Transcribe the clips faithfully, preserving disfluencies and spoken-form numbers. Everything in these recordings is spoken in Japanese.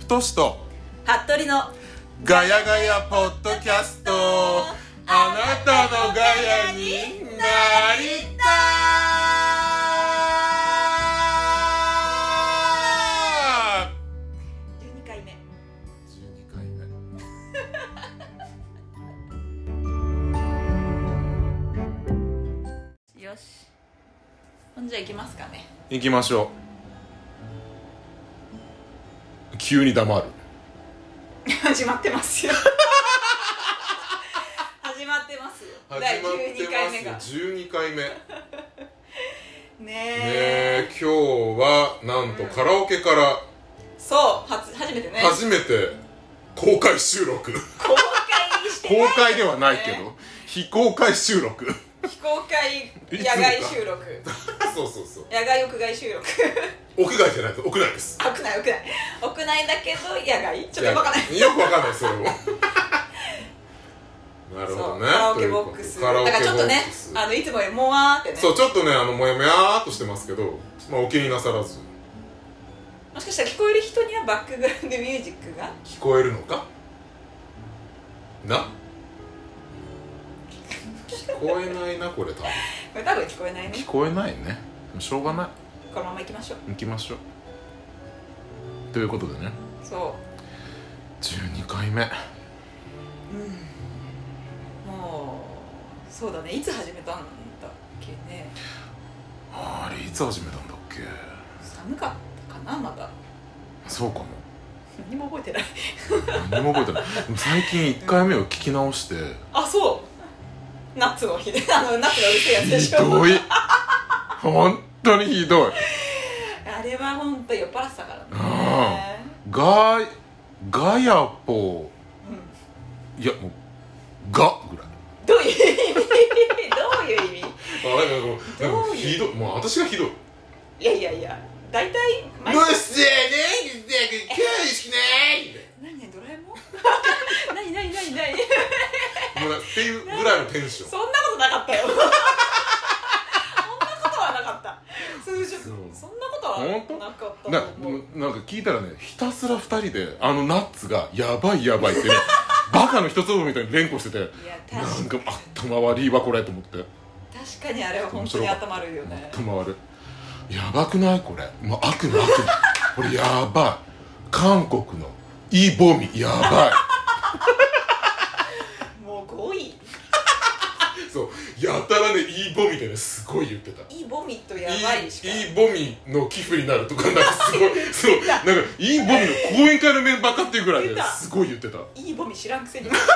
トシと服部のガヤガヤポッドキャスト、あなたのガヤになりたい。 じゅうにかいめじゅうにかいめよし、ほんじゃ行きますかね。 行きましょう。急に黙る。 始まってますよ始まってますよ。 始まだいってじゅうにかいめがますよ。じゅうにかいめねねえ、今日はなんとカラオケからそう初初めてね初めて公開収録。 公開してない、ね、 公開ではないけど非公開収録。 非公開野外収録そうそうそう。 野外屋外収録屋外じゃないと屋内です。 屋内屋内屋内だけど野外ちょっと分かんないよくわかんないそれもなるほどね。 カラオケボックスカラオケボックスだからちょっとね、あのいつもよりもわーってね、 そうちょっとね、あのもやもやーっとしてますけど、まあお気になさらず。 もしかしたら聞こえる人にはバックグラウンドミュージックが聞こえるのかな。聞こえないなこれ多分。 これ多分聞こえないね。 聞こえないね。しょうがない。 このまま行きましょう。 行きましょう。ということでね、 そうじゅうにかいめ。 うんもうそうだね。いつ始めたんだっけね。 あれいつ始めたんだっけ。 寒かったかな。まだそうかも。 何も覚えてない何も覚えてない。でも最近いっかいめを聞き直して、 あ、そう夏の日であの夏がうるせえやつでひしょ。 どい。本当にひどい。 あれは本当酔っ払ってたからね。 ガガヤポうん、 いやもうガぐらい。 どういう意味どういう意味あ、なんかもうひどい。もう私がひどい。 いやいやいや、大体どうしてねえ今日しくない何何ドラえもん何何何何もうっていうぐらいのテンション。 そんなことなかったよそんなことはなかった。通常そんなことはなかったなと思う。 なんか聞いたらね、ひたすらふたりであのナッツがやばいやばいってねバカの一粒みたいに連呼してて、 いやなんか頭悪いわこれと思って。 確かにあれは本当に頭悪いよね。 頭悪い。やばくないこれ。もう悪の悪のこれやばい。韓国のイボミやばいもうごいそうやたらねイボミでねすごい言ってた。 イボミとやばいしかイボミの寄付になるとかなんかすごいそうなんかイボミの講演会のメンバーかっていうぐらいですごい言ってた。 イボミ知らんくせに確か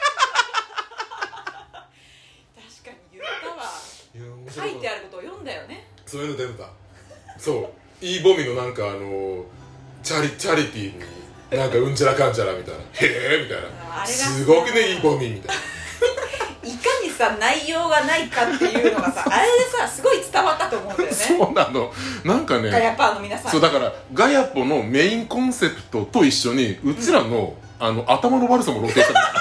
に言ったわ。 いや面書白いいてあることを読んだよね。 そういうの出てた。そうイボミのなんかあのチャリチャリティーになんかうんちゃらかんちゃらみたいなへえみたいな、すごくねイボミみたいないかにさ内容がないかっていうのがさあれでさすごい伝わったと思うんだよね。 そうなの。なんかねガヤパーの皆さん、 そうだからガヤポのメインコンセプトと一緒にうちらの、うん、あの頭の悪さも露呈したんだよ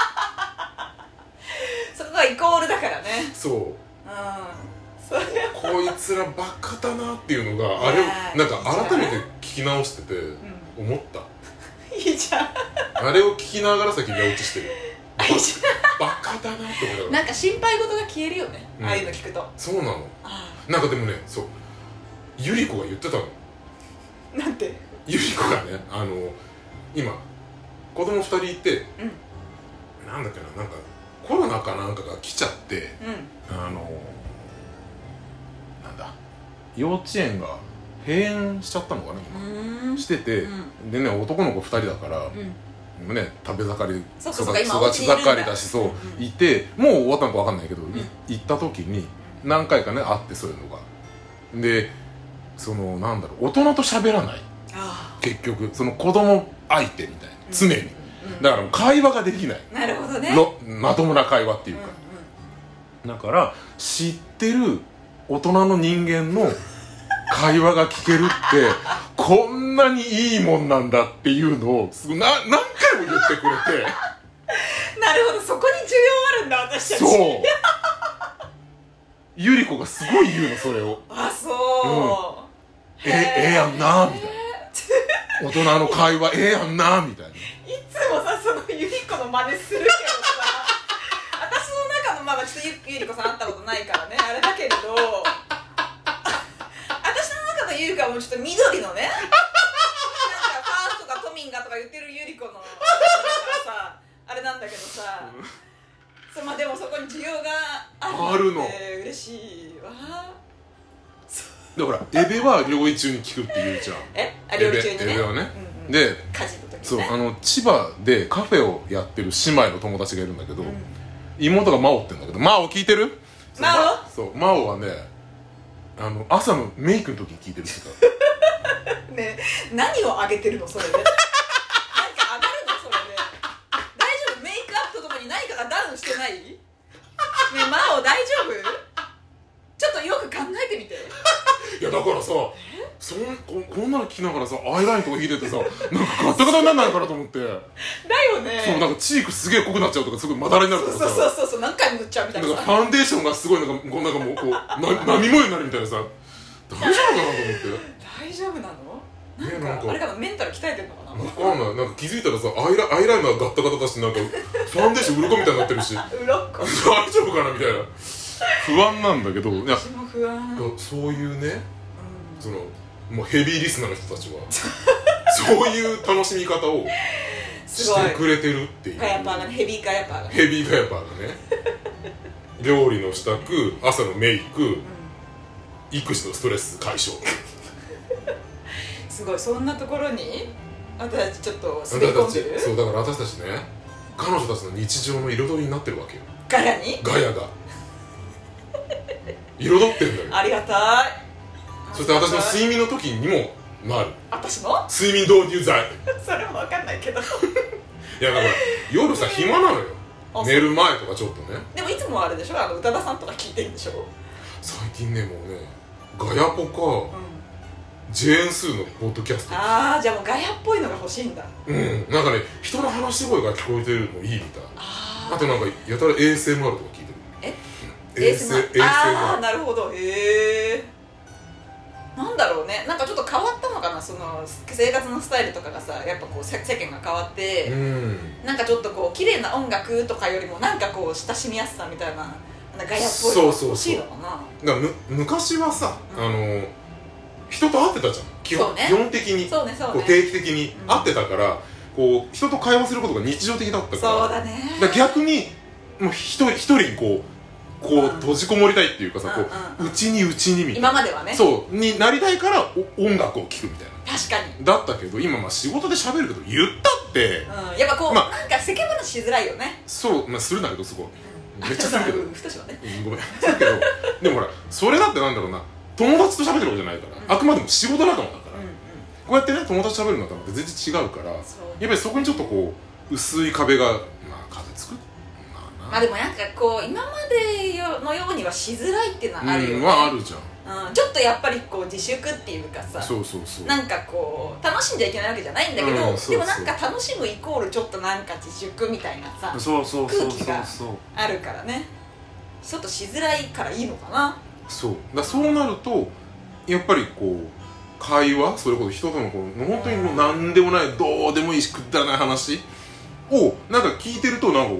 そこがイコールだからね。 そう、うん、 それこいつらバカだなっていうのがあれをなんか改めて聞き直してて思った、 うん、いいじゃん。 あれを聞きながら先に寝落ちしてる。 いいじゃん。 バカだなって思いながらなんか心配事が消えるよね、うん、ああいうの聞くと。 そうなの。 あなんかでもね、そうゆり子が言ってたの。 なんてゆり子がね、あの今子供ふたりいて、うん、なんだっけな、なんかコロナかなんかが来ちゃって、うん、あのなんだ幼稚園が閉園しちゃったのかな今してて、うん、でね男の子ふたりだから、うんね、食べ盛り育ち盛りだしそう、うんうん、いてもう終わったのか分かんないけど、うん、行った時に何回かねあってそういうのがでそのなんだろう大人と喋らない結局その子供相手みたいな常に、うんうん、だから会話ができない。 なるほどね。 まともな会話っていうか、うんうん、だから知ってる大人の人間の会話が聞けるってこんなにいいもんなんだっていうのをな何回も言ってくれてなるほど、そこに需要あるんだ私たち。 そうゆり子がすごい言うのそれを。 あ、そう、 うん、えええやんなみたいな大人の会話ええやんなみたいな。 いつもさそのゆり子の真似するけどさ私の中のまあちょっと ゆ, ゆり子さん会ったことないからねあれだけれど私の中のゆり子はもうちょっと緑のねなんかファーストかトミンがとか言ってるゆり子のなんかさあれなんだけどさ、うん、そうまあでもそこに需要があるのって嬉しいわ。 だからエベは料理中に聞くって言うじゃん。 えあ料理中にね。 エベはね、 うんうん、 で家事の時ね。 そうあの千葉でカフェをやってる姉妹の友達がいるんだけど、うん、妹が真央って言うんだけど、真央聞いてる？ 真央？ そう真央はねあの朝のメイクの時に聞いてるって言ったね何をあげてるのそれで何か上がるのそれで大丈夫？メイクアップとともに何かがダウンしてない？ねえ真央大丈夫？ちょっとよく考えてみて。 いやだからさそん こ, こんなの聞きながらさアイラインとか引いててさなんかガタガタになんないかなと思ってだよね。 そうなんかチークすげえ濃くなっちゃうとかすごいまだらになるとかさそうそうそうそう何回も塗っちゃうみたいなさなんかファンデーションがすごいなんかこうなんかもうこうな波模様になるみたいなさ大丈夫かなと思って大丈夫なの？なんか、 ね、なんかあれかなメンタル鍛えてんのかな。 分かんないなんか気づいたらさアイ ラ, アイライナーガッタガタだしなんかファンデーション鱗みたいになってるし鱗大丈夫かなみたいな不安なんだけどいや私も不安そういうね、うん、そのもうヘビーリスナーの人たちはそういう楽しみ方をしてくれてるっていうガヤパーがねヘビーガヤパーがねヘビーガヤパーがね料理の支度朝のメイク、うん、育児のストレス解消すごいそんなところに私たちちょっと滑り込んでる。 そうだから私たちね彼女たちの日常の彩りになってるわけよ。 ガヤにガヤが彩ってんだよ。 ありがたい。 そして私の睡眠の時にもなる。 私の睡眠導入剤それも分かんないけどいやだから夜さ暇なのよ寝る前とかちょっとね。 でもいつもあれでしょあの宇多田さんとか聞いてるんでしょ。 最近ねもうねガヤポか、うん、ジェーンスーのポッドキャスト。 ああじゃあもうガヤっぽいのが欲しいんだ。 うんなんかね人の話し声が聞こえてるのいいみたい。ああとなんかやたら エーエスエムアール とか聞いてる。 えエーエスエムアールああなるほどへえなんだろうねなんかちょっと変わったのかなその生活のスタイルとかがさやっぱこう世間が変わって、うん、なんかちょっとこう綺麗な音楽とかよりもなんかこう親しみやすさみたいななんかガヤっぽいのが欲しいのかな。 だからむ昔はさ、うん、あの人と会ってたじゃん基本、ね、基本的にそうねそうねこう定期的に会ってたから、うん、こう人と会話することが日常的だったからそうだねだから逆にもう一人一人にこうこう閉じこもりたいっていうかさうちにうちにみたいな今まではねそうになりたいから音楽を聴くみたいな確かにだったけど今まあ仕事で喋るけど言ったって、 うん、やっぱこう、まあ、なんか世間話しづらいよね。 そう、まあ、するんだけどすごいめっちゃするけどふとしはね、 うん、ごめんするけどでもほらそれだってなんだろうな友達と喋ってるわけじゃないから、うん、あくまでも仕事仲間だから、うんうん、こうやってね友達と喋るのとって全然違うからやっぱりそこにちょっとこう薄い壁がまあ壁作ってまあでもなんかこう今までのようにはしづらいっていうのはあるよね。 うんはあるじゃん、 うん、ちょっとやっぱりこう自粛っていうかさそうそうそうなんかこう楽しんじゃいけないわけじゃないんだけど、うん、そうそうでもなんか楽しむイコールちょっとなんか自粛みたいなさそうそうそうそう空気があるからねちょっとしづらいからいいのかな。 そうだそうなるとやっぱりこう会話それこそ人とのこう本当にもう何でもないどうでもいいしくだらない話をなんか聞いてるとなんか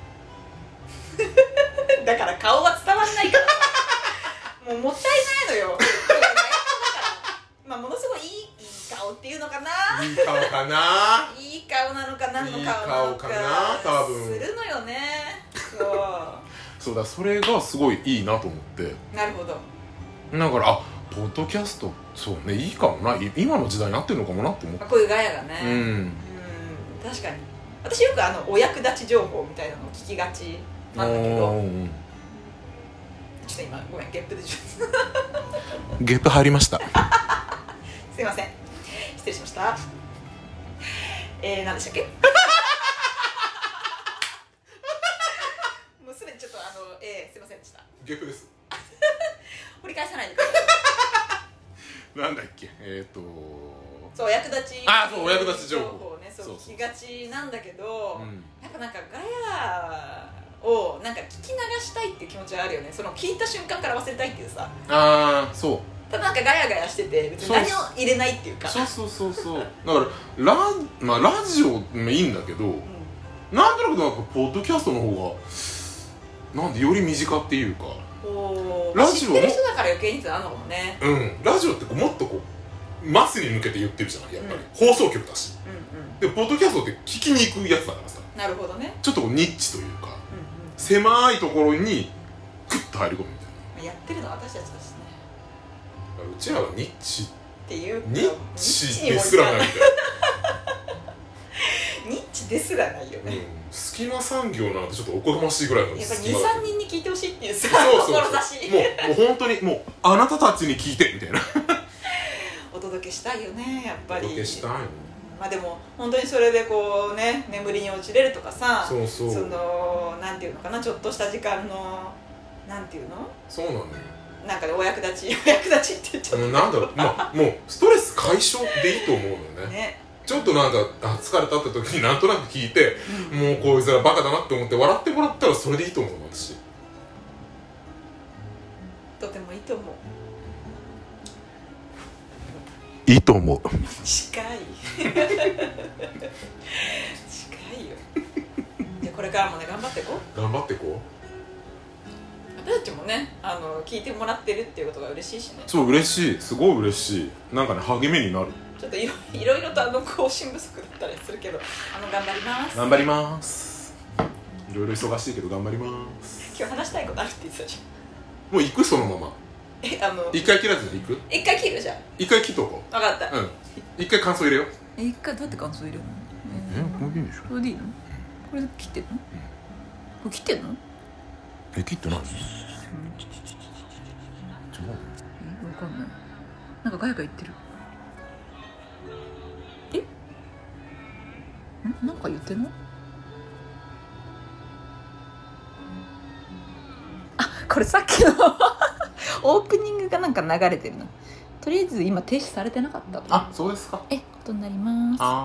だから顔は伝わんないからもうもったいないのよだからまあものすごいいい、いい顔っていうのかないい顔かないい顔なのか何の顔なのかいい顔かな多分するのよねそうそうだそれがすごいいいなと思ってなるほどだからあポッドキャストそうねいいかもな今の時代になってるのかもなって思って、 まあ、こういうガヤがねうん、うん、 確かに私よくあのお役立ち情報みたいなのを聞きがちなんだけど、うん、ちょっと今ごめんゲップでゲップ入りましたすいません失礼しましたえー、何でしたっけもうすでにちょっとあの、えー、すいませんでしたゲップです掘り返さないでくださいなんだっけえっ、ー、とそうお役立ちあそうお役立ち情報ねそう聞きがちなんだけど、うん、やっぱなんかガヤをなんか聞き流したいっていう気持ちはあるよねその聞いた瞬間から忘れたいっていうさああそうただなんかガヤガヤしてて別に何を入れないっていうか、 そうそうそうそうだからラ、まあ、ラジオもいいんだけど、うん、なんとなくなんかポッドキャストの方がなんでより身近っていうか、 ラジオ知ってる人だから余計にってなるのかもね。 うんラジオってこうもっとこうマスに向けて言ってるじゃないやっぱり、うん、放送局だし、うんうん、でポッドキャストって聞きに行くやつだからさ。 なるほどね。 ちょっとこうニッチというか、うんうん、狭いところにグッと入り込むみたいな。 やってるのは私たちだしね。 うちらはニッチっていうニッチですらないみたいなニッチですらないよね、うん、 隙間産業なんてちょっとおこがましいぐらいのやっぱり にさんにんに聞いてほしいっていうさ志もう、もう本当にもうあなたたちに聞いてみたいなお届けしたいよねやっぱり。お届けしたい。 まあでも本当にそれでこうね眠りに落ちれるとかさ、 そうそうそのなんていうのかなちょっとした時間のなんていうのそうなのよなんかねお役立ちお役立ちって言っちゃった、 うん、なんだろう、まあ、もうストレス解消でいいと思うのよねね。ちょっとなんかあ疲れたって時になんとなく聞いて、うん、もうこいつらバカだなって思って笑ってもらったらそれでいいと思うの私。 とてもいいと思う。 いいと思う。 近い近いよじゃあこれからもね頑張っていこう頑張っていこう。 私たちもねあの聞いてもらってるっていうことが嬉しいしね。 そう嬉しいすごい嬉しい。なんかね励みになる。 ちょっといろいろいろとあの更新不足だったりするけどあの頑張ります頑張りますいろいろ忙しいけど頑張ります。 今日話したいことあるって言ってたじゃん。 もう行くそのままえあの一回切らずに行く。 一回切るじゃん。 一回切っとこう。 分かった。 うん一回感想入れよう。 え一回どうやって感想入れるの。 えこれでいいでしょ。 これでいいの。これ切ってんの、うん、これ切ってんの。 え切ってない。 え分かんない。なんかガヤガヤ言ってる。えんなんか言ってんの。あこれさっきのオープニングがなんか流れてるな。とりあえず今停止されてなかった。 あそうですか。 えことになります。あ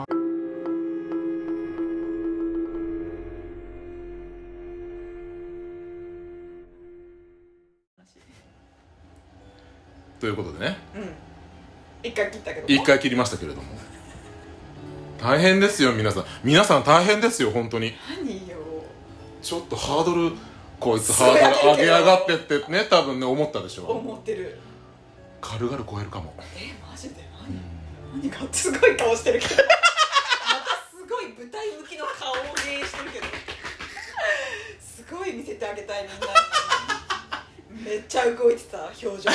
ということでね、 うん、一回切ったけど一回切りましたけれども大変ですよ皆さん皆さん大変ですよ本当に。 何よちょっとハードルこいつハードル上げ上がってってね多分ね思ったでしょ。 思ってる。 軽々超えるかも。 えマジで何、うん、何かすごい顔してるけどまたすごい舞台向きの顔芸してるけどすごい見せてあげたいみんなめっちゃ動いてた表情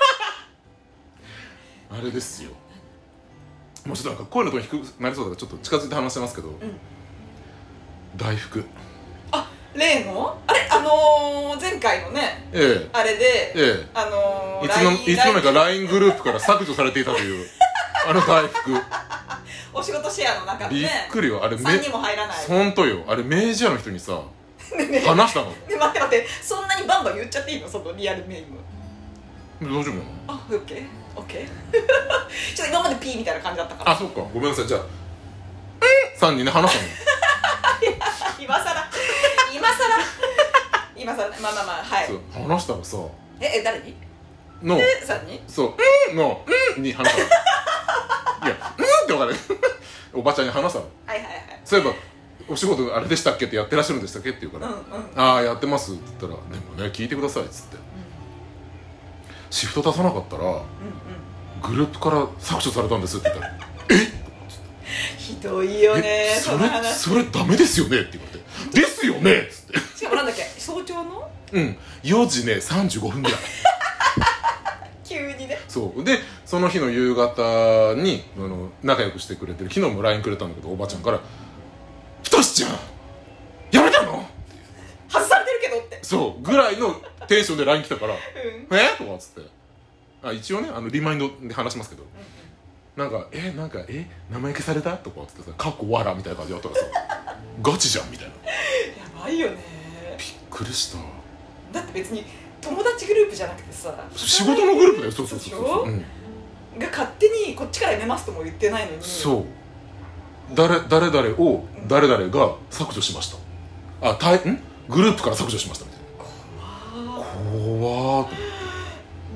あれですよ。もうちょっとなんか声のトーン低くなりそうだからちょっと近づいて話してますけど、うん、大福あ例のあれあのー、前回のね、 ええ、 あれで、 ええ、 あのー、 いつのいつの間にか ライン グループから削除されていたというあの大福お仕事シェアの中でねびっくりよあれさんにも入らない。 本当よあれ明治屋の人にさ話したの。 ね待って待ってそんなにバンバン言っちゃっていいのそのリアルネーム。 大丈夫なの。 あオッケーオッケーちょっと今まで P みたいな感じだったから。 あそっかごめんなさいじゃあさんにんね話したの今さら今さら今さらまあまあまあはいそう話したらさええ誰にのさんにそううんのうんに話したのいやうんって分かるおばちゃんに話したの。 はいはいはい。 そういえばお仕事あれでしたっけってやってらっしゃるんでしたっけって言うから、うんうん、ああやってますって言ったらでもね聞いてくださいっつって、うん、シフト出さなかったら、うんうん、グループから削除されたんですって言ったらえひどいよねそれそれダメですよねって言われてですよねっつってしかもなんだっけ早朝のうんよじねさんじゅうごふんぐらい急にね。 そうでその日の夕方にあの仲良くしてくれてる昨日も ライン くれたんだけどおばちゃんからひとしちゃんやめたの外されてるけどってそうぐらいのテンションで ライン 来たから、うん、えとかっつってあ一応ねあのリマインドで話しますけど、うんうん、なんかえなんかえ生意気されたとかっつってさかっこわらみたいな感じだったらさガチじゃんみたいなやばいよね。 びっくりした。 だって別に友達グループじゃなくてさ仕事のグループだよ。そうそうそうそう、うん、 が勝手にこっちからやめますとも言ってないのにそう誰誰々を誰々が削除しました、うん、あたいんグループから削除しましたみたいな。怖ー怖ーと思って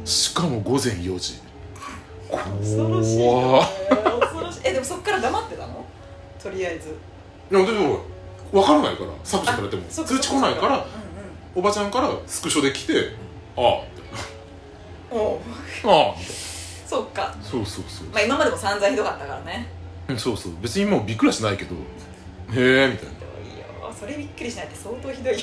しかもごぜんよじ。 恐ろしいよね。恐ろしい。えでもそっから黙ってたの？とりあえず。 いやでも分からないから削除されても通知来ないから、うんうん、おばちゃんからスクショで来て、うん、ああっておうああそっか。 そうそうそう。 まあ今までも散々ひどかったからね。 そうそう。別にもうびっくりはしないけど、へえみたいな。 ひどいよ。それびっくりしないって相当ひどいよ。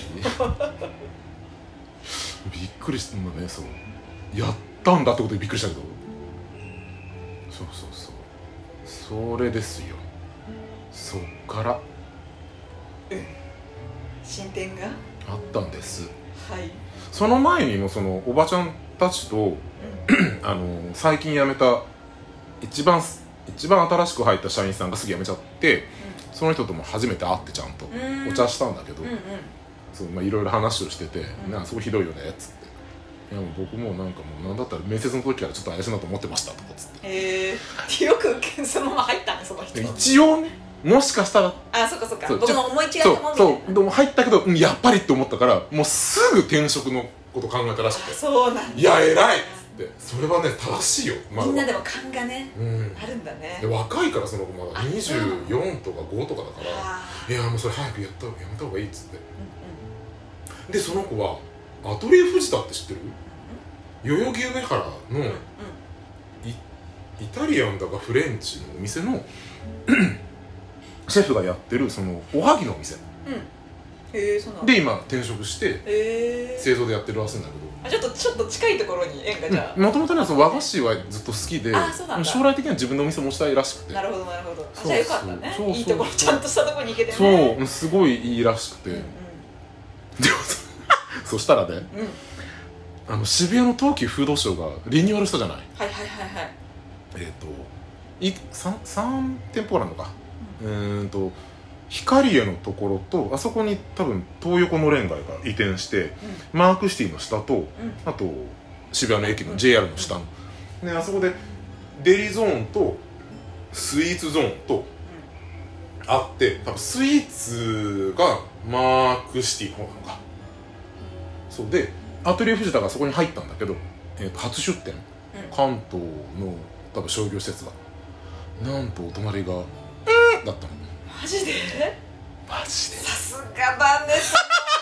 びっくりしたんだね。そうやったんだってことでびっくりしたけど、そうそうそう。それですよ。そっからうん進展があったんです。 はい。 その前にもそのおばちゃんたちと、うん、あの最近辞めた一番一番新しく入った社員さんがすぐ辞めちゃって、うん、その人とも初めて会ってちゃんとお茶したんだけど、うんうん、そうまあいろいろ話をしてて、うん、なんかすごいひどいよねっつって、いやもう僕もなんかもうなんだったら面接の時からちょっと怪しいなと思ってましたとかっつって、 へえよくそのまま入ったねその人。 一応ね、もしかしたら、 あ、そっかそっか、僕も思い違いかもみたいな。 そうそう、でも入ったけど、うん、やっぱりって思ったからもうすぐ転職のこと考えたらしくて、 そうなんだ。 いや偉いっつって、それはね正しいよ、 ま、みんなでも勘がね、うん、あるんだね。 で若いからその子まだにじゅうよんとかごとかだから、いやもうそれ早くやったやめた方がいいっつって、うんうん、でその子はアトリエ藤田って知ってる？代々木上原の、うんうん、イ, イタリアンだかフレンチのお店のシェフがやってるそのおはぎのお店、うん、 へえそうなんで今転職して製造でやってるらしいんだけど、 あちょっとちょっと近いところに縁がじゃあ、 もともとねその和菓子はずっと好きで、将来的には自分のお店持ちたいらしくて。 なるほどなるほど。あじゃあよかったね。そうそういいところちゃんとしたところに行けてね。 そうすごいいいらしくて、うんうん、でもそしたらね、うん、あの渋谷の東急フードショーがリニューアルしたじゃない。 はいはいはいはい。 えっ、ー、とい 3, 3店舗あるのか、うん、うーんと光栄のところとあそこに多分東横のれん街が移転して、うん、マークシティの下と、うん、あと渋谷の駅の ジェイアール の下の、うん、であそこでデリゾーンとスイーツゾーンとあって、多分スイーツがマークシティの方なのか、そうでアトリエ藤田がそこに入ったんだけど、えー、と初出店、うん、関東の多分商業施設がなんとお隣が、うん、だったの。 マジで？ マジでさすがだね。本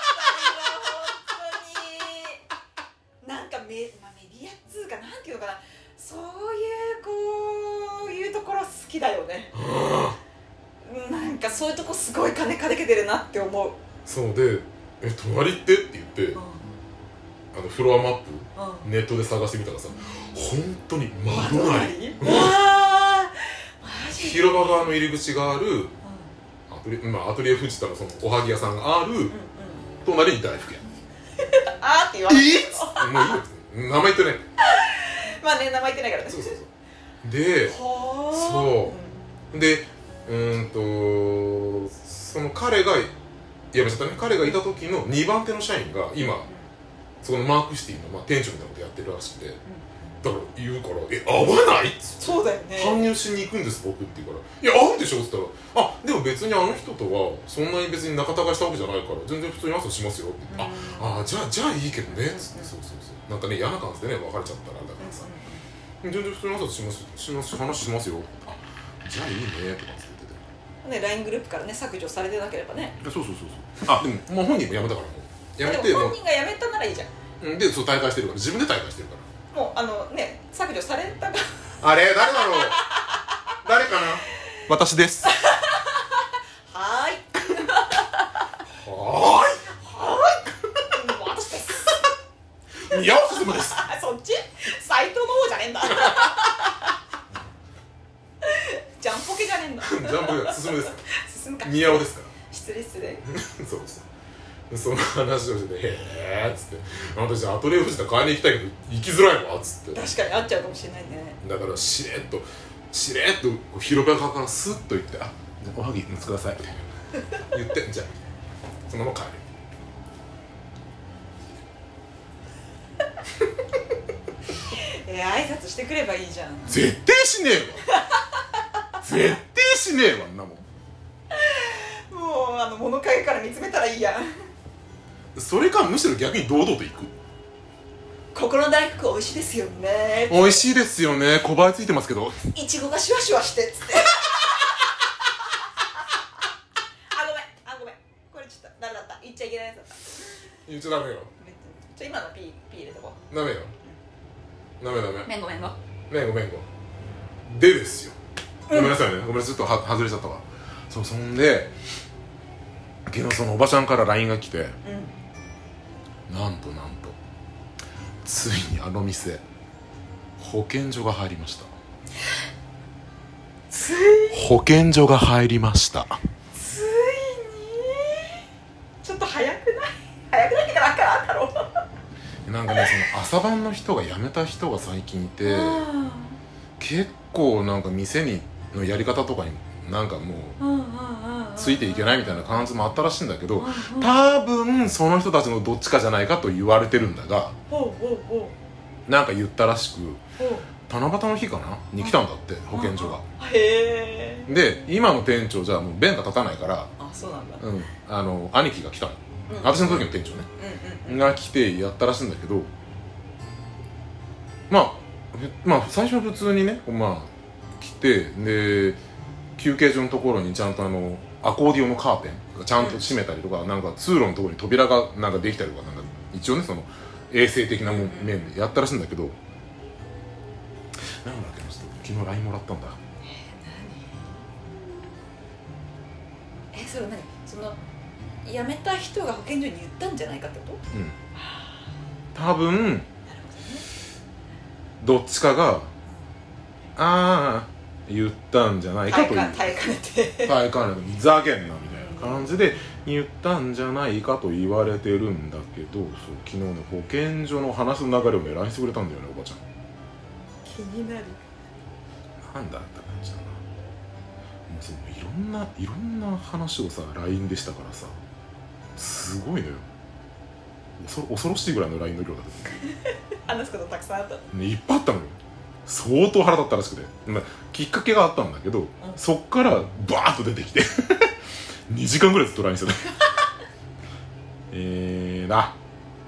当になんかメ、まあ、メディアっつうかなんていうのかな、そういうこういうところ好きだよね。なんかそういうとこすごい金かけてるなって思う。 そうでえ隣ってって言って、うん、あのフロアマップ、うん、ネットで探してみたらさ、本当に窓なり、うん、広場側の入り口がある、うんアトリまあ、アトリエ藤田のそのおはぎ屋さんがある、うんうん、隣に大福屋。 あーって言われてえもういいよ名前言ってないまあね名前言ってないからね。 そうそうそうでそう、うん、でうーんとその彼が辞めちゃったね彼がいた時のにばん手の社員が今、うん、そこのマークシティの、まあ、店長みたいなことやってるらしくて、うんだから言うから「え合わない?」っつってそうだよね搬入しに行くんです僕って言うから「いや合うでしょ」っつったら「あでも別にあの人とはそんなに別に仲違いしたわけじゃないから全然普通に朝しますよ」って言って「ああじゃあじゃあいいけどね」っつってそうそうそうなんかね嫌な感じでね別れちゃったらだからさ全然普通に朝しますします話しますよあじゃあいいねとかって言っててね ライン グループからね削除されてなければねそうそうそうそうあでももう本人も辞めたからもう辞めてでも本人が辞めたならいいじゃんでそう大会してるから自分で大会してるからもうあのね削除されたかあれ誰だろう誰かな私ですはーいはーいはーい私です宮尾進ですそっち斎藤の方じゃねえんだジャンポケじゃねえんだジャンポケが進です進むか宮尾ですから失礼失礼そうですその話をしてて「へえ」っつって「私アトリエ藤田買いに行きたいけど行きづらいわ」っつって確かに会っちゃうかもしれないねだからしれっとしれっとこう広場側からスッと行って「あじゃあおはぎ持ってください」言ってじゃあそのまま帰るえー、挨拶してくればいいじゃん絶対しねえわ絶対しねえわんなもんもうあの物陰から見つめたらいいやんそれかむしろ逆に堂々と行くここの大福美味しいですよね。 美味しいですよね。小林ついてますけど、 いちごがシュワシュワしてっつってあごめんあごめん、これちょっとダメだった、言っちゃいけないやつだった。 言っちゃダメよ。 ちょ今のピーピー入れとこう。 ダメよ、ダメダメ。 めんごめんごめんごめんごでですよ、ごめんなさいね、ごめんなさい、ちょっとは外れちゃったわ。そう、そんで昨日そのおばちゃんから ライン が来て、うん、なんとなんとついにあの店保健所が入りました。 つい保健所が入りました。 ついにちょっと早くない早くないってかなんかあんだろうなんかね、その朝晩の人が辞めた人が最近いて、結構なんか店にのやり方とかになんかもうついていけないみたいな感じもあったらしいんだけど、多分その人たちのどっちかじゃないかと言われてるんだが、なんか言ったらしく、七夕の日かなに来たんだって、保健所が。 へえ。 で今の店長じゃもう弁が立たないから、 あ、そうなんだ、 うん、あの兄貴が来たの、うん、私の時の店長ね、うんうん、が来てやったらしいんだけど、まあまあ最初は普通にね、まあ来て、で休憩所のところにちゃんとあのアコーディオンのカーテンがちゃんと閉めたりとか、うん、なんか通路のところに扉がなんかできたりとか、なんか一応ねその衛生的な面でやったらしいんだけど、なんだっけな、ちょっと昨日 ライン もらったんだ。 えー、何え、それ何、その辞めた人が保健所に言ったんじゃないかってこと？うん、 多分、ね、どっちかがああ言ったんじゃないかという、 耐えかねて耐えかねてふざけんなみたいな感じで言ったんじゃないかと言われてるんだけど、そう昨日ね保健所の話の流れをね ライン してくれたんだよね、おばちゃん。 気になる。 なんだった感じだな。もうそのいろんないろんな話をさ ライン でしたからさ、すごいのよ。恐, 恐ろしいぐらいの ライン の量だった話すことたくさんあった、 ね、いっぱいあったのよ。相当腹立ったらしくて、まあ、きっかけがあったんだけど、うん、そっからバーッと出てきてにじかんぐらいずっと ライン してたえーなあ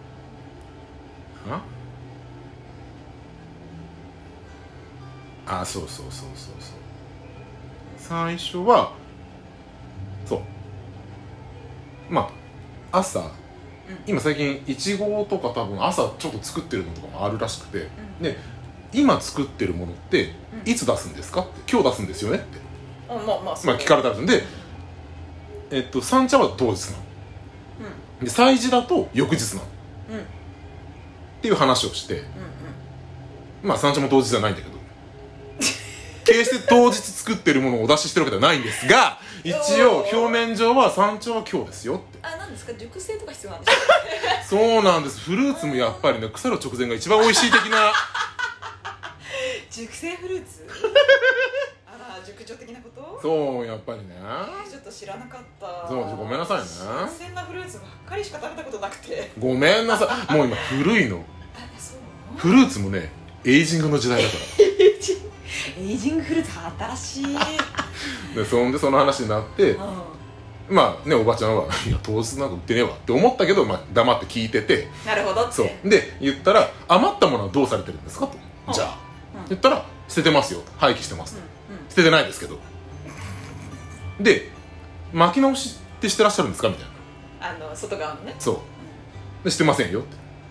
あ、そうそうそうそうそう、最初はそうまあ朝、うん、今最近いちごとか多分朝ちょっと作ってるのとかもあるらしくて、うん、で今作ってるものっていつ出すんですかって、今日出すんですよねって、 うん、まあまあ、まあ、 聞かれたんで、えっと三茶は当日なの、うん、で催事だと翌日なの、うん、っていう話をして、うんうん、まあ三茶も当日じゃないんだけど決して当日作ってるものをお出ししてるわけではないんですが、一応表面上は山頂は今日ですよって。 あ、なんですか、熟成とか必要なんですかそうなんです。フルーツもやっぱりね、腐る直前が一番美味しい的な熟成フルーツあら、熟女的なこと？ そう、やっぱりね、 ちょっと知らなかった。 そう、ごめんなさいね。 新鮮なフルーツばっかりしか食べたことなくてごめんなさい。もう今古いの。 あ、そうなの？ フルーツもね、エイジングの時代だからエイジングフルーツ新しいで、そんでその話になって、うん、まあね、おばちゃんはいや当日なんか売ってねえわって思ったけど、まあ、黙って聞いてて、 なるほどって。 そうで言ったら、余ったものはどうされてるんですかと、うん、じゃあ、うん、言ったら捨ててますよ、廃棄してますと、うんうん、捨ててないですけどで、巻き直しってしてらっしゃるんですかみたいな、あの外側のね、 そう、うん、でしてませんよって、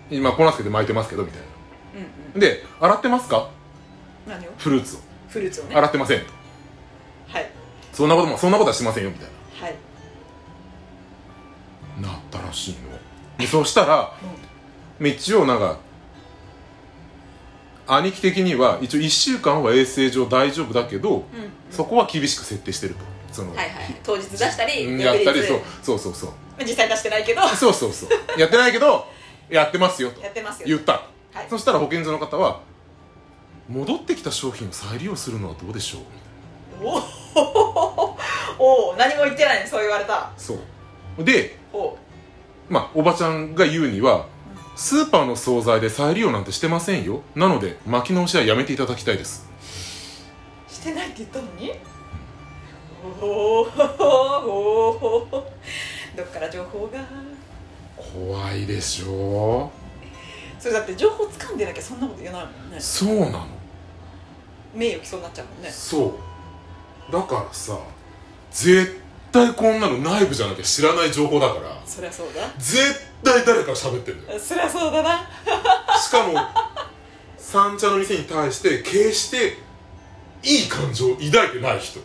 今粉つけて巻いてますけどみたいな、うんうん、で、洗ってますか、 何を、 フルーツをフルーツをね、 洗ってませんと、 はい、 そんなこともそんなことはしてませんよみたいな、 はい、 なったらしいので、そうしたら、うん、一応なんか兄貴的には一応いっしゅうかんは衛生上大丈夫だけど、うんうん、そこは厳しく設定してると、その、 はいはい、当日出したりやったり、そうそうそうそう、 実際出してないけどそうそうそうやってないけどやってますよとやってますよ言った、 はい、 そしたら保健所の方は、戻ってきた商品を再利用するのはどうでしょうみたいな。 おお、何も言ってないのにそう言われた。 そうで、おまあおばちゃんが言うには、スーパーの惣菜で再利用なんてしてませんよ、なので巻き直しはやめていただきたいです。 してないって言ったのに、おおお、どっから情報が。 怖いでしょ。 それだって情報掴んでなきゃそんなこと言えないもんね。 そうなの、 名誉毀損になっちゃうもんね。 そうだからさ、絶対こんなの内部じゃなきゃ知らない情報だから、 そりゃそうだ、 絶対誰か喋ってるんだよ。 そりゃそうだな。 しかも三茶の店に対して決していい感情を抱いてない人、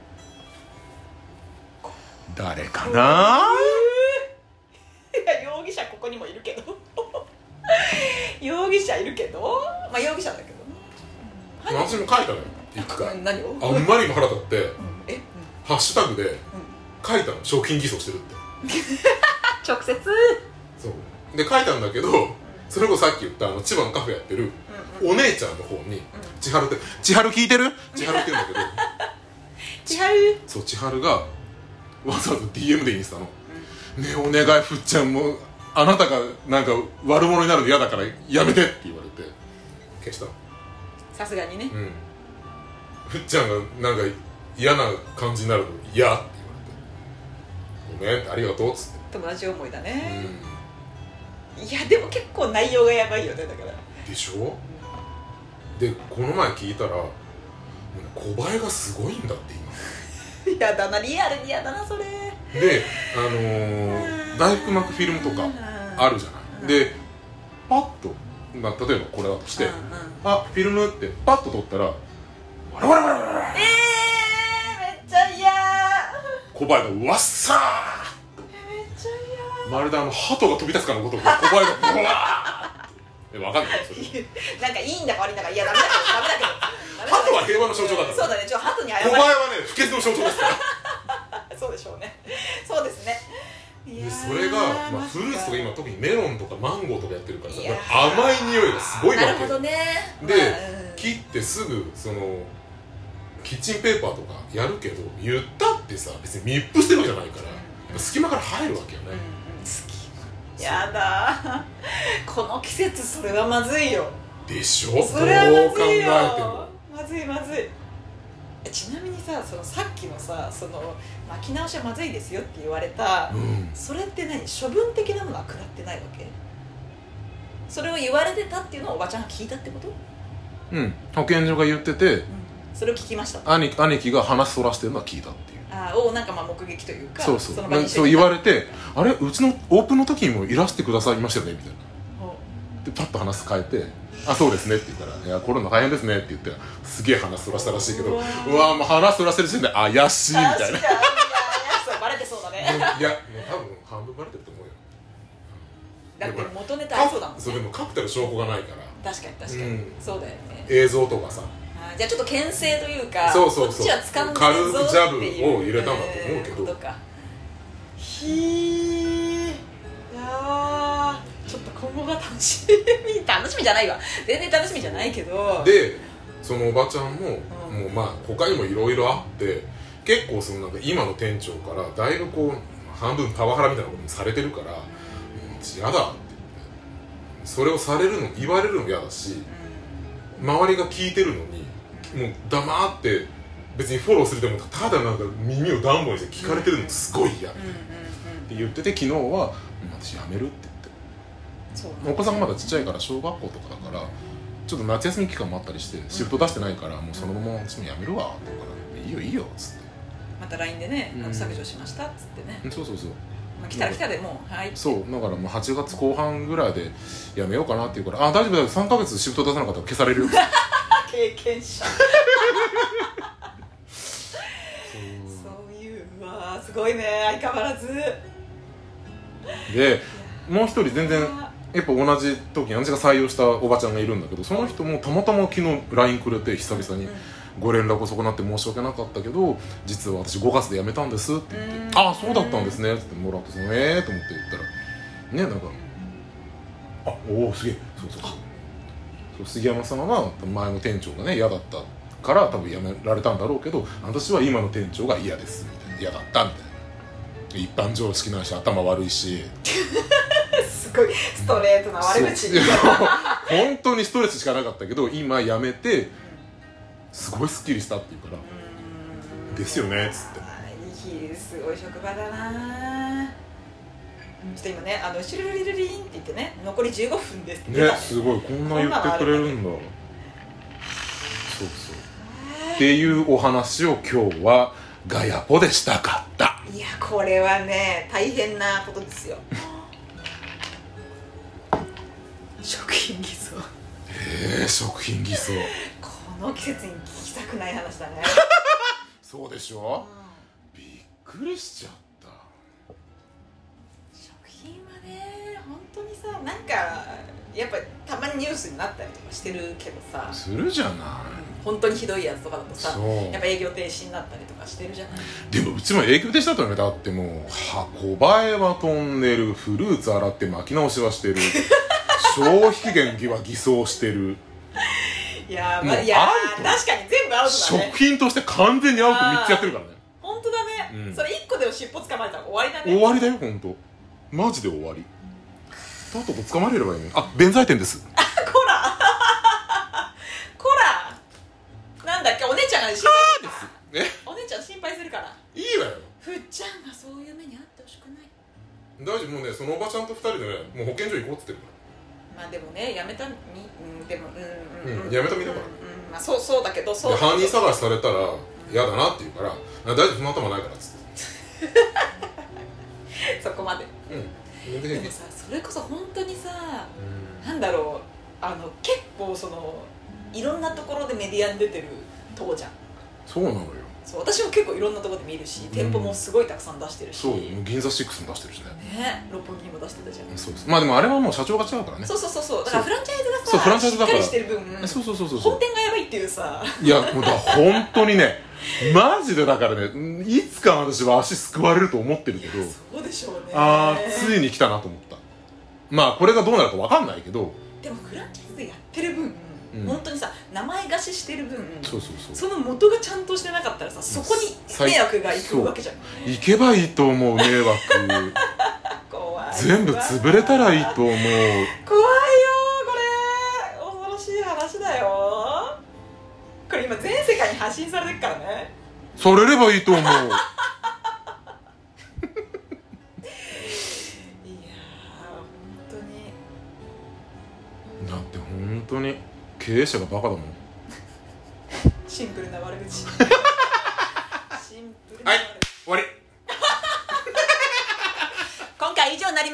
誰かな。 いや容疑者ここにもいるけど容疑者いるけど、まあ容疑者だけどね。 私も書いたのよ一回。 何を？ あんまりにも腹立って、うん、 え、うん、 ハッシュタグで書いたの、食品偽装してるって直接そうで書いたんだけど、それこそさっき言ったあの千葉のカフェやってるお姉ちゃんの方に千春って「千春聞いてる?」千春って言うんだけど千春そう千春がわざわざ ディーエム でインスタの「ねえお願いふっちゃん、もうあなたがなんか悪者になるの嫌だからやめて」って言われて消したの。 さすがにね、 うん、ふっちゃんがなんか嫌な感じになるの嫌って言われて「ごめんありがとう」っつって友達思いだね、 うん、 いやでも結構内容がやばいよね。だからでしょ。でこの前聞いたら小映えがすごいんだって今やだな、リアルにやだなそれで、あのー、大福巻くフィルムとかあるじゃない、うん、でパッと、まあ、例えばこれだとして、うんうん、あフィルムってパッと撮ったらわらわらわらわら、 えー、めっちゃ嫌。 小映えがわっさー、 めっちゃ嫌。 まるであの鳩が飛び立つかのことを小映えがブワーえ、わかんないそれなんかいいんだか悪いんだか、いやダメだけどダメだけど鳩は平和の象徴だから。 そうだね、ちょっと鳩に謝る。 小映えはね不潔の象徴ですからそうでしょうね。そうですね。 でそれが、まあ、フルーツとか今特にメロンとかマンゴーとかやってるからさ、甘い匂いがすごいわけ。 なるほどね。 で、 まあうん、 切ってすぐそのキッチンペーパーとかやるけど、言ったってさ別に密封してるわけじゃないから、うん、隙間から入るわけよね、うんうん、 好きやだこの季節それはまずいよ。 でしょ。 それはまずいよ。 どう考えてもまずいまずい。ちなみにさ、そのさっきのさ、その巻き直しはまずいですよって言われた、うん、それって何、処分的なものは下ってないわけ？それを言われてたっていうのをおばちゃんが聞いたってこと？ うん、保健所が言ってて、うん、 それを聞きました。 兄, 兄貴が話そらしてるのは聞いたっていう。 あをなんかまあ目撃というか、 そうそう、 その場にそう言われて、あれうちのオープンの時にもいらしてくださいましたよねみたいな。でパッと話変えて、あそうですねって言ったら、いやコロナ大変ですねって言ってすげえ話そらしたらしいけど、うわーもう話そらせる時点であ怪しいみたいな。 確かにバレてそうだね。 いやもう多分半分バレてると思うよ。 だって元ネタありそうだもんね。 そうでも確たる証拠がないから。 確かに確かに、うん、そうだよね。 映像とかさ、 あじゃあちょっと牽制というか、 そうそうそう、 こっちは掴んで軽るぞくジャブっていうを入れたんだと思うけど、 ことか。ひー、いやちょっと今後が楽しみ楽しみじゃないわ、全然楽しみじゃないけど、 でそのおばちゃんも、 うん、 もうまあ他にもいろいろあって、結構そのなんか今の店長からだいぶこう半分パワハラみたいなこともされてるから、うん、嫌だって言って、それをされるの言われるのも嫌だし、うん、周りが聞いてるのにもう黙って別にフォローするでもただなんか耳をダンボにして聞かれてるのすごい嫌みたいなって言ってて、昨日は私辞めるって言って、お子さんがまだちっちゃいから小学校とかだからちょっと夏休み期間もあったりしてシフト出してないから、もうそのまま私も辞めるわって言うから「いいよいいよ」っつって、 また ライン でね、うん、削除しましたっつってね、 そうそうそう、 まあ、来たら来たでもうはいそうだからもうはちがつこう半ぐらいで辞めようかなって言うから「あ大丈夫だよ、さんかげつシフト出さなかったら消されるよ」 経験者そういううわすごいね、相変わらずでもう一人全然やっぱ同じ時に私が採用したおばちゃんがいるんだけど、その人もたまたま昨日 ライン くれて久々に、うん、ご連絡遅くなって申し訳なかったけど実は私ごがつで辞めたんですって言って、ああそうだったんですねってもらって、そのえーと思って言ったらね、なんかあおおすげえ、そうそうそうそう、杉山さんは前の店長がね嫌だったから多分辞められたんだろうけど、私は今の店長が嫌ですみたいな、嫌だったみたいな、一般常識ないし頭悪いしすごいストレートな悪口本当にストレスしかなかったけど今辞めてすごいスッキリしたって言うから「ですよね」っつって、 いいすごい職場だな。 ちょっと今ね、あのシュルルリルリンって言ってね、残りじゅうごふんですって出たね。 ね、すごい、こんな言ってくれるんだ。そうそう、っていうお話を今日はガヤポでしたかった。 いや、これはね大変なことですよ。食品偽装。 えー、食品偽装この季節に聞きたくない話だね。 そうでしょ、 うん、 びっくりしちゃった。 食品はね、本当にさ、なんかやっぱたまにニュースになったりとかしてるけどさ、 するじゃない、 本当にひどいやつとかだとさ、 そうやっぱ営業停止になったりとかしてるじゃない。 でもうちも営業停止だったのね。だってもう箱映えは飛んでる、フルーツ洗って巻き直しはしてる消費期限は偽装してる。 いやー、まあ、いやー確かに全部アウトだね。 食品として完全にアウトみっつやってるからね。 本当だね、うん、それいっこでも尻尾捕まえたら終わりだね。 終わりだよ、本当。マジで終わり。とっとと捕まえればいいね。あ、弁財天です。 こらこら、なんだっけ、お姉ちゃんが心配するから。え、お姉ちゃん心配するから。 いいわよ、 ふっちゃんがそういう目に遭ってほしくない。 大丈夫、もうね、そのおばちゃんとふたりでね、もう保健所行こうっつってるから。 まあでもね、やめたみ、うん、でもうんうん、うん、 うん、やめたみだから、 うんうん、まあそうそうだけど、そうで犯人探しされたら嫌だなって言うから、大丈夫、その頭ないからっつってそこまで。 うん、 でもさ、それこそ本当にさ、うん、なんだろう、あの結構そのいろんなところでメディアに出てるとこじゃん。 そうなのよ。 そう、私も結構いろんなところで見るし、店舗もすごいたくさん出してるし、 そう、銀座シックスも出してるしね。 ね、六本木にも出してたじゃん。 そうです。まあでもあれはもう社長が違うからね。 そうそうそうそう、だからフランチャイズがさ、 そう、フランチャイズだからしっかりしてる分、 そうそうそうそう、 本店がやばいっていうさ、 いや、もうだ本当にね、マジでだからね、いつか私は足すくわれると思ってるけど、 そうでしょうね。 ああ、ついに来たなと思った。まあこれがどうなるかわかんないけど、 でもフランチャイズでやってる分、うん、本当にさ、名前貸ししてる分、 そうそうそう、 その元がちゃんとしてなかったらさ、そこに迷惑がいくわけじゃん。 行けばいいと思う、迷惑怖い、 全部潰れたらいいと思う。怖いよこれ、恐ろしい話だよ。これ今全世界に発信されてるからね。 されればいいと思う。いやー、 本当にだって本当に経営者がバカだもん。 シンプルな悪口。シンプルな悪口。 はい、終わり。 今回以上になります。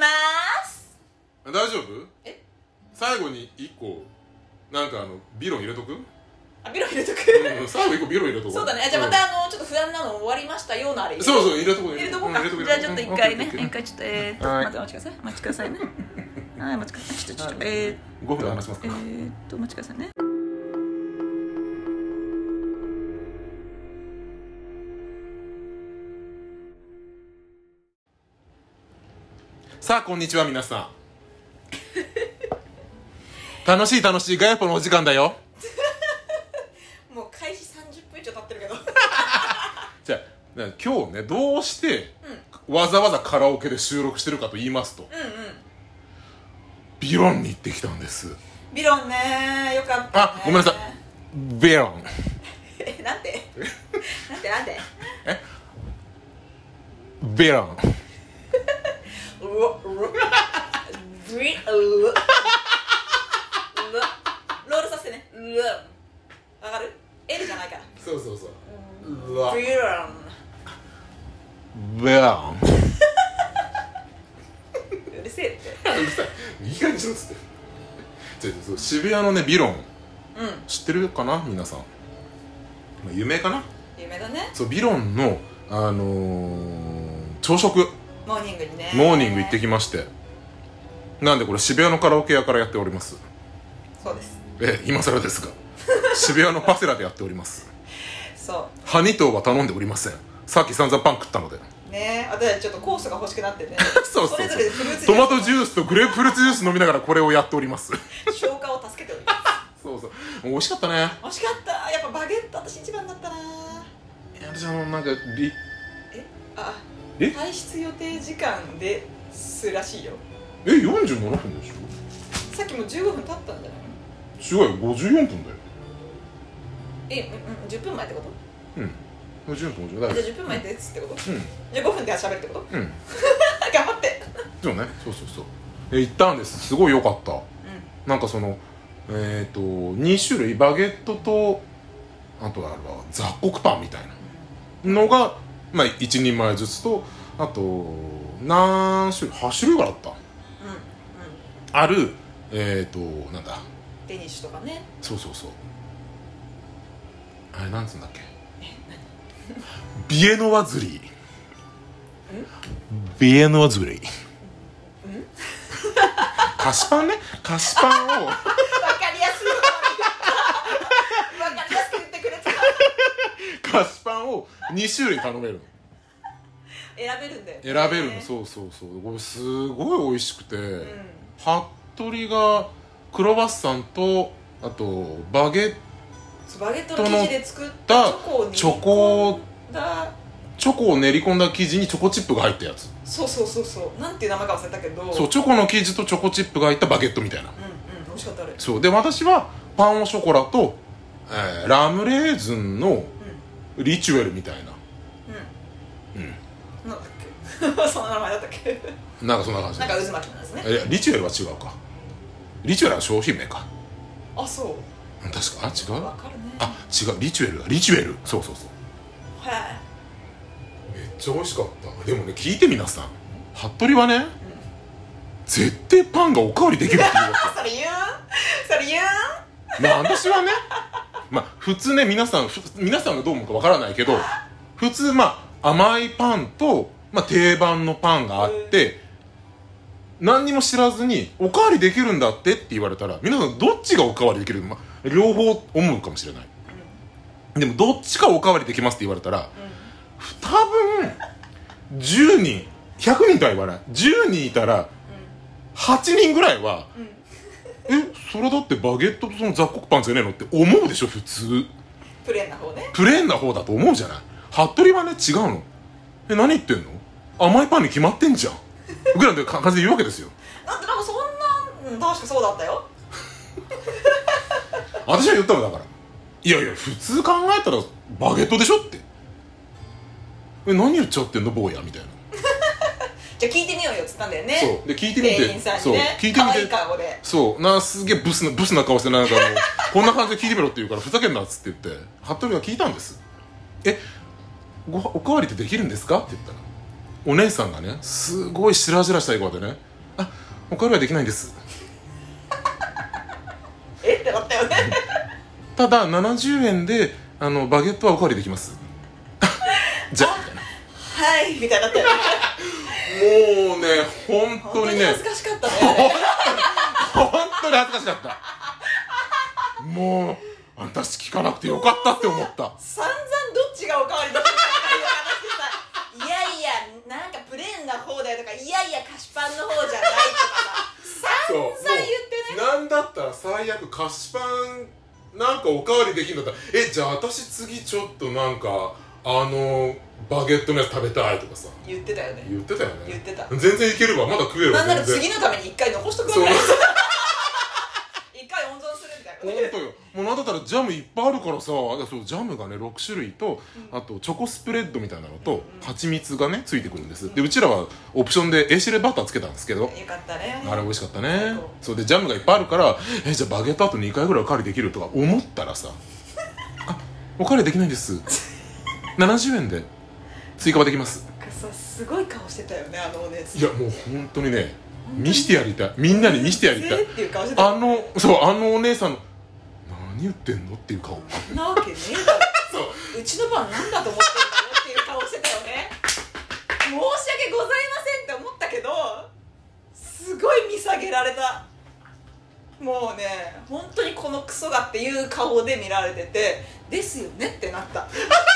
大丈夫？え？最後に一個なんかあのビロン入れとく？ あ、ビロン入れとく？ うん、最後一個ビロン入れとこう。 そうだね。じゃあまたあのちょっと不安なの終わりましたようなあれ。 そうそう、入れとこう。 入れとこうか。じゃあちょっと一回ね、一回ちょっとえーっと待ってお待ちください。お待ちくださいね。はい、お待ちください。ちょっとちょっとえーっとごふんで話しますか。 えーっとお待ちくださいね。 さあ、こんにちは皆さん。楽しい楽しいガヤポのお時間だよ。 もう開始さんじゅっぷん以上経ってるけど。 じゃあ今日ね、どうして、うん、わざわざカラオケで収録してるかと言いますと、うんうん、ビロンに行ってきたんです。 ビロンね、よかったね。 あ、ごめんなさい、ビロン。 え、なんでなんでなんでえビロン。 うわうわビうわロールさせてね。うわわかる？ L じゃないから。 そうそうそう。 ビロンビロン。 うるせえって。 うるさい、いい加減にしろっつって。じゃ渋谷のね、ビロン、うん、知ってるかな皆さん。有名かな。 有名だね。 そう、ビロンのあのー、朝食モーニングにね、 モーニング行ってきまして、なんでこれ渋谷のカラオケ屋からやっております。 そうです。 え、今更ですが渋谷のパセラでやっております。 そう、 ハニトーは頼んでおりません。さっき散々パン食ったのでね。私はちょっとコースが欲しくなってね。 そうそうそう、 それぞれフルーツトマトジュースとグレープフルーツジュース飲みながらこれをやっております。 消化を助けております。 そうそう、美味しかったね。 美味しかった。やっぱバゲット私一番だったな。いや、私あのなんかリえあえ退出予定時間ですらしいよ。 え、よんじゅうななふんでしょ。 さっきもじゅうごふん経ったんじゃないの。 違うよ、ごじゅうよんぷんだよ。 え、うん、じゅっぷんまえってこと。 うん、ごじゅうよんぷんごじゅうよん。 じゃあじゅっぷんまえですってこと。 うん、 じゃあごふんで喋るってこと。 うん頑張って。 そうね、そうそうそう、え行ったんです。すごい良かった、うん、なんかそのえっ、ー、とに種類バゲットとあとは雑穀パンみたいなのが、まあ、いちにんまえずつと、あと何種類はち種類ぐらいあった、うんうん、あるえっ、ー、となんだデニッシュとかね。 そうそうそう、あれなんつうんだっけビエノワズリービエノワズリー菓子パンね、菓子パンをわかりやすいわかりやすく言ってくれた菓子パンをに種類頼めるの選べるんだよ、ね、 選べるの、そうそうそう、これすごい美味しくて、うん、服部がクロワッサンとあとバゲットバゲットの生地で作ったチョコチョコを練り込んだ生地にチョコチップが入ったやつ。 そうそうそうそう、なんていう名前か忘れたけど、 そうチョコの生地とチョコチップが入ったバゲットみたいな。うんうん、美味しかったあれ。 そうで、私はパンオショコラと、えー、ラムレーズンのリチュエルみたいな、 うん、うん、なんだっけその名前だったっけなんかそんな感じ、 なんか渦巻きなんですね。 えリチュエルは違うか、リチュエルは商品名か。 あ、そう確か、あ、違う、 わかるね。 あ、違う、リチュエルだ、リチュエル、そうそうそう、 はい、 めっちゃ美味しかった。でもね、聞いて皆さん、服部はね、うん、絶対パンがおかわりできるって言うわけそれ言うそれ言うまあ私はね、まあ普通ね、皆さん皆さんがどう思うかわからないけど、普通まあ甘いパンと、まあ、定番のパンがあって、何にも知らずにおかわりできるんだってって言われたら、皆さんどっちがおかわりできる、まあ、両方思うかもしれない、うん、でもどっちかおかわりできますって言われたら、うん、多分じゅうにんひゃくにんとは言わない、じゅうにんいたら、うん、はちにんぐらいは、うん、え、それだってバゲットとその雑穀パンじゃねえのって思うでしょ普通。 プレーンな方ね、 プレーンな方だと思うじゃない。服部はね違うの。え、何言ってんの、甘いパンに決まってんじゃんぐらいで感じで言うわけですよ。 だってなんかそんな、うん、確かそうだったよ私は言ったのだから、いやいや普通考えたらバゲットでしょって、え、何言っちゃってんの坊やみたいなじゃあ聞いてみようよっつったんだよね。 そうで聞いてみて、 店員さんにね、 そう聞いてみて、可愛い顔で、 そうな、すげえブスなブスな顔してなんかもうこんな感じで聞いてみろって言うから、ふざけんなっつって言って服部が聞いたんです。え、ごおかわりってできるんですかって言ったら、お姉さんがねすごいしらじらした笑顔でね、あ、おかわりはできないんですえってなったよねただななじゅうえんであのバゲットはおかわりできますじゃあみたいな、 はいみたいになったよねもうね、本当にね、 恥ずかしかったね本当に恥ずかしかったもう私聞かなくてよかったって思った。 散々どっちがおかわりできるかっていう話でさ、いやいやなんかプレーンな方だよとか、いやいや菓子パンの方じゃないとかさ散々言ってね。 なんだったら最悪菓子パンなんかおかわりできるんだったら、え、じゃあ私次ちょっとなんかあのバゲットのやつ食べたいとかさ言ってたよね。 言ってたよね。 言ってた。 全然いけるわ、まだ食えるわ。 なんなら次のために一回残しとくわけ一回温存するみたいな。 本当よ。もうなんだったらジャムいっぱいあるからさ、そうジャムがねろく種類と、うん、あとチョコスプレッドみたいなのと、うんうん、蜂蜜がねついてくるんです、うん、でうちらはオプションでエシレバターつけたんですけど、よかったね、 あれ美味しかったね。そうでジャムがいっぱいあるから、え、じゃあバゲットあとにかいぐらいおかわりできるとか思ったらさあ、おかわりできないんですななじゅうえんで追加はできます。 すごい顔してたよね、あのお姉さん。 いやもう本当にね、見してやりたい、みんなに見してやりたいっていう顔してた、 あの、そう、あのお姉さんの何言ってんのっていう顔。 そんなわけねえだろそう、うちのパンなんだと思ってんだろっていう顔してたよね。申し訳ございませんって思ったけど、すごい見下げられた。もうね、本当にこのクソがっていう顔で見られてて、ですよねってなった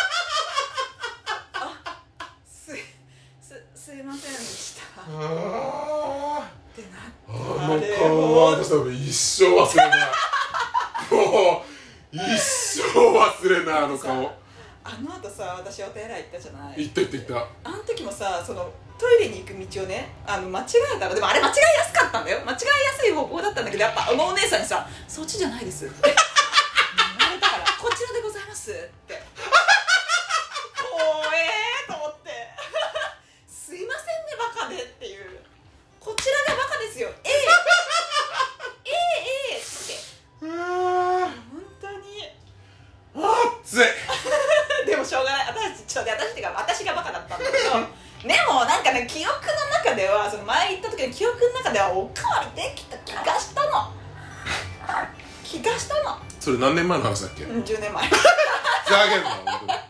すいませんでしたあってなった。あの顔は私多分一生忘れないもう一生忘れないあの顔。あの後さ、私お手洗い行ったじゃない。 行った行った行った。 あの時もさ、そのトイレに行く道をね、あの間違えたら、でもあれ間違いやすかったんだよ、間違いやすい方向だったんだけど、やっぱあのお姉さんにさ、そっちじゃないですって言われたから、こちらでございますって怖えーと思ってすいませんねバカでっていう。 ついでもしょうがない、私ちょっと私ってか私がバカだったんだけどでもなんかね、記憶の中ではその前行った時の記憶の中ではおかわりできた気がしたの気がしたの。 それ何年前の話だっけ？ うん、じゅうねんまえふざけんな本当に。 だ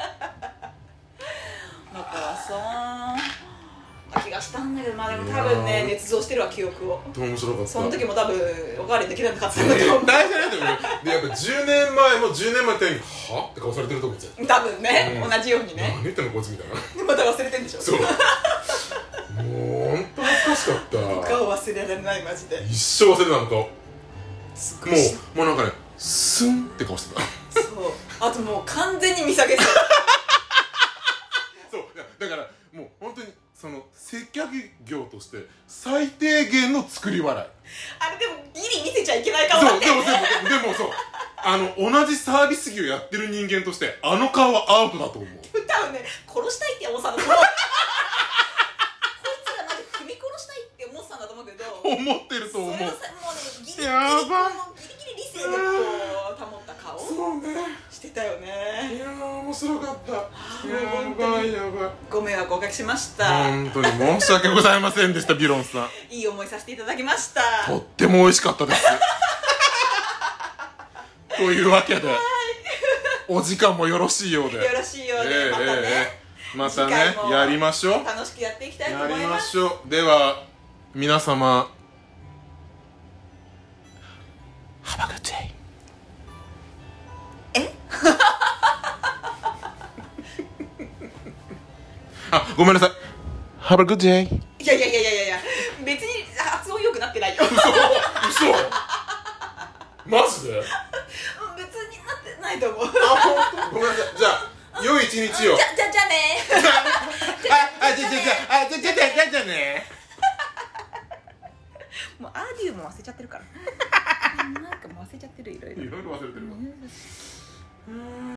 からさ気がしたんだけど、まあでも多分ね捏造してるわ記憶を。 面白かった。 その時も多分おかわりできなかったんだと思う。 大事なんだよ。でやっぱじゅうねんまえもじゅうねんまえってはって顔されてると思うんですよ。 多分ね、うん、同じようにね。 何言ってんのこいつみたいな。 また忘れてんでしょ。 そうもう本当恥ずかしかった。 顔忘れられないマジで。 一生忘れてない顔。もうもうなんかねスンって顔してた。 そうあともう完全に見下げてたそうだからもう本当にその接客業として最低限の作り笑い。 あれでもギリ見せちゃいけない顔だって。 そうでもでもでもでもそうあの同じサービス業やってる人間としてあの顔はアウトだと思う。 多分ね殺したいって思ってたんだと思うこいつらなんか踏み殺したいって思ってたんだと思うけど思ってると思う。 それをさもうねギリギリやばいギリギリ理性でこう保った顔そうねしてたよね。 いやー面白かった。やばいやばい。 ご迷惑おかけしました。 本当に申し訳ございませんでしたビロンさん。 いい思いさせていただきました。 とっても美味しかったですというわけで、はい、お時間もよろしいようでよろしいようで、えー、またね、 えー、またねやりましょう。 楽しくやっていきたいと思います。 やりましょう。では皆様Have a good day。 えあ、ごめんなさい。Have a good day。 いやいやいやいやいや、別に発音良くなってないよ。 嘘嘘マジで？ 別になってないと思う。 あ、本当？ごめんなさい。じゃあ良い一日を。 じゃじゃじゃね。 あ、あ、じゃじゃじゃあ、じゃじゃじゃじゃじゃね。 もうアーディウも忘れちゃってるから。なんかもう忘れちゃってるいろいろ。 いろいろ忘れてるわ。